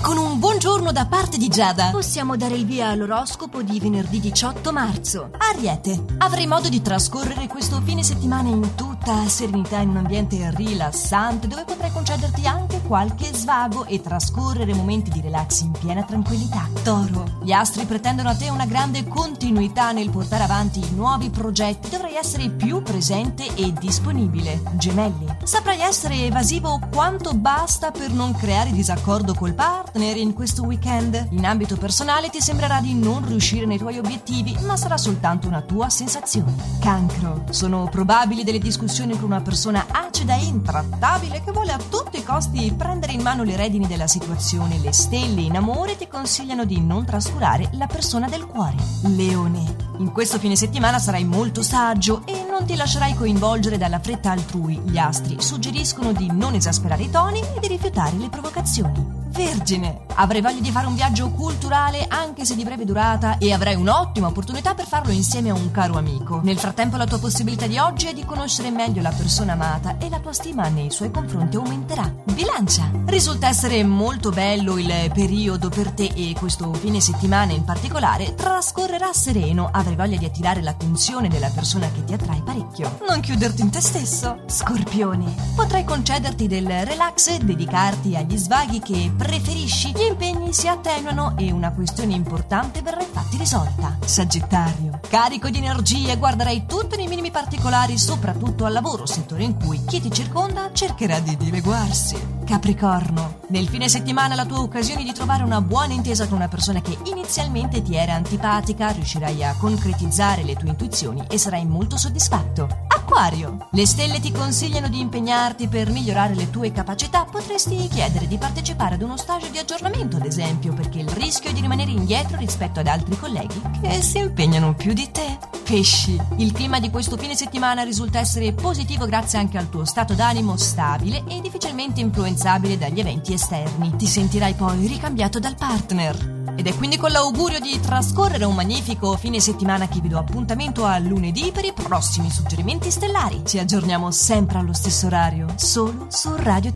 con un buongiorno da parte di Giada possiamo dare il via all'oroscopo di venerdì 18 marzo. Ariete, avrai modo di trascorrere questo fine settimana in tutta serenità in un ambiente rilassante dove potrai concederti anche qualche svago e trascorrere momenti di relax in piena tranquillità. Toro, gli astri pretendono a te una grande continuità nel portare avanti i nuovi progetti, dovrai essere più presente e disponibile. Gemelli, saprai essere evasivo quanto basta per non creare disaccordo col partner in questo weekend. In ambito personale ti sembrerà di non riuscire nei tuoi obiettivi, ma sarà soltanto una tua sensazione. Cancro, sono probabili delle discussioni con una persona acida e intrattabile che vuole a tutti i costi prendere in mano le redini della situazione. Le stelle in amore ti consigliano di non trascurare la persona del cuore. Leone, in questo fine settimana sarai molto saggio e non ti lascerai coinvolgere dalla fretta altrui. Gli astri suggeriscono di non esasperare i toni e di rifiutare le provocazioni. Vergine, avrai voglia di fare un viaggio culturale anche se di breve durata e avrai un'ottima opportunità per farlo insieme a un caro amico. Nel frattempo la tua possibilità di oggi è di conoscere meglio la persona amata e la tua stima nei suoi confronti aumenterà. Bilancia, risulta essere molto bello il periodo per te e questo fine settimana in particolare trascorrerà sereno. Avrai voglia di attirare l'attenzione della persona che ti attrae parecchio. Non chiuderti in te stesso. Scorpione, potrai concederti del relax e dedicarti agli svaghi che preferisci. Gli impegni si attenuano e una questione importante verrà infatti risolta. Sagittario, carico di energie, guarderai tutto nei minimi particolari, soprattutto al lavoro, settore in cui chi ti circonda cercherà di dileguarsi. Capricorno, nel fine settimana la tua occasione di trovare una buona intesa con una persona che inizialmente ti era antipatica, riuscirai a concretizzare le tue intuizioni e sarai molto soddisfatto. Acquario, le stelle ti consigliano di impegnarti per migliorare le tue capacità. Potresti chiedere di partecipare ad uno stage di aggiornamento, ad esempio, perché il rischio è di rimanere indietro rispetto ad altri colleghi che si impegnano più di te. Pesci, il clima di questo fine settimana risulta essere positivo grazie anche al tuo stato d'animo stabile e difficilmente influenzabile dagli eventi esterni. Ti sentirai poi ricambiato dal partner. Ed è quindi con l'augurio di trascorrere un magnifico fine settimana che vi do appuntamento a lunedì per i prossimi suggerimenti stellari. Ci aggiorniamo sempre allo stesso orario, solo su Radio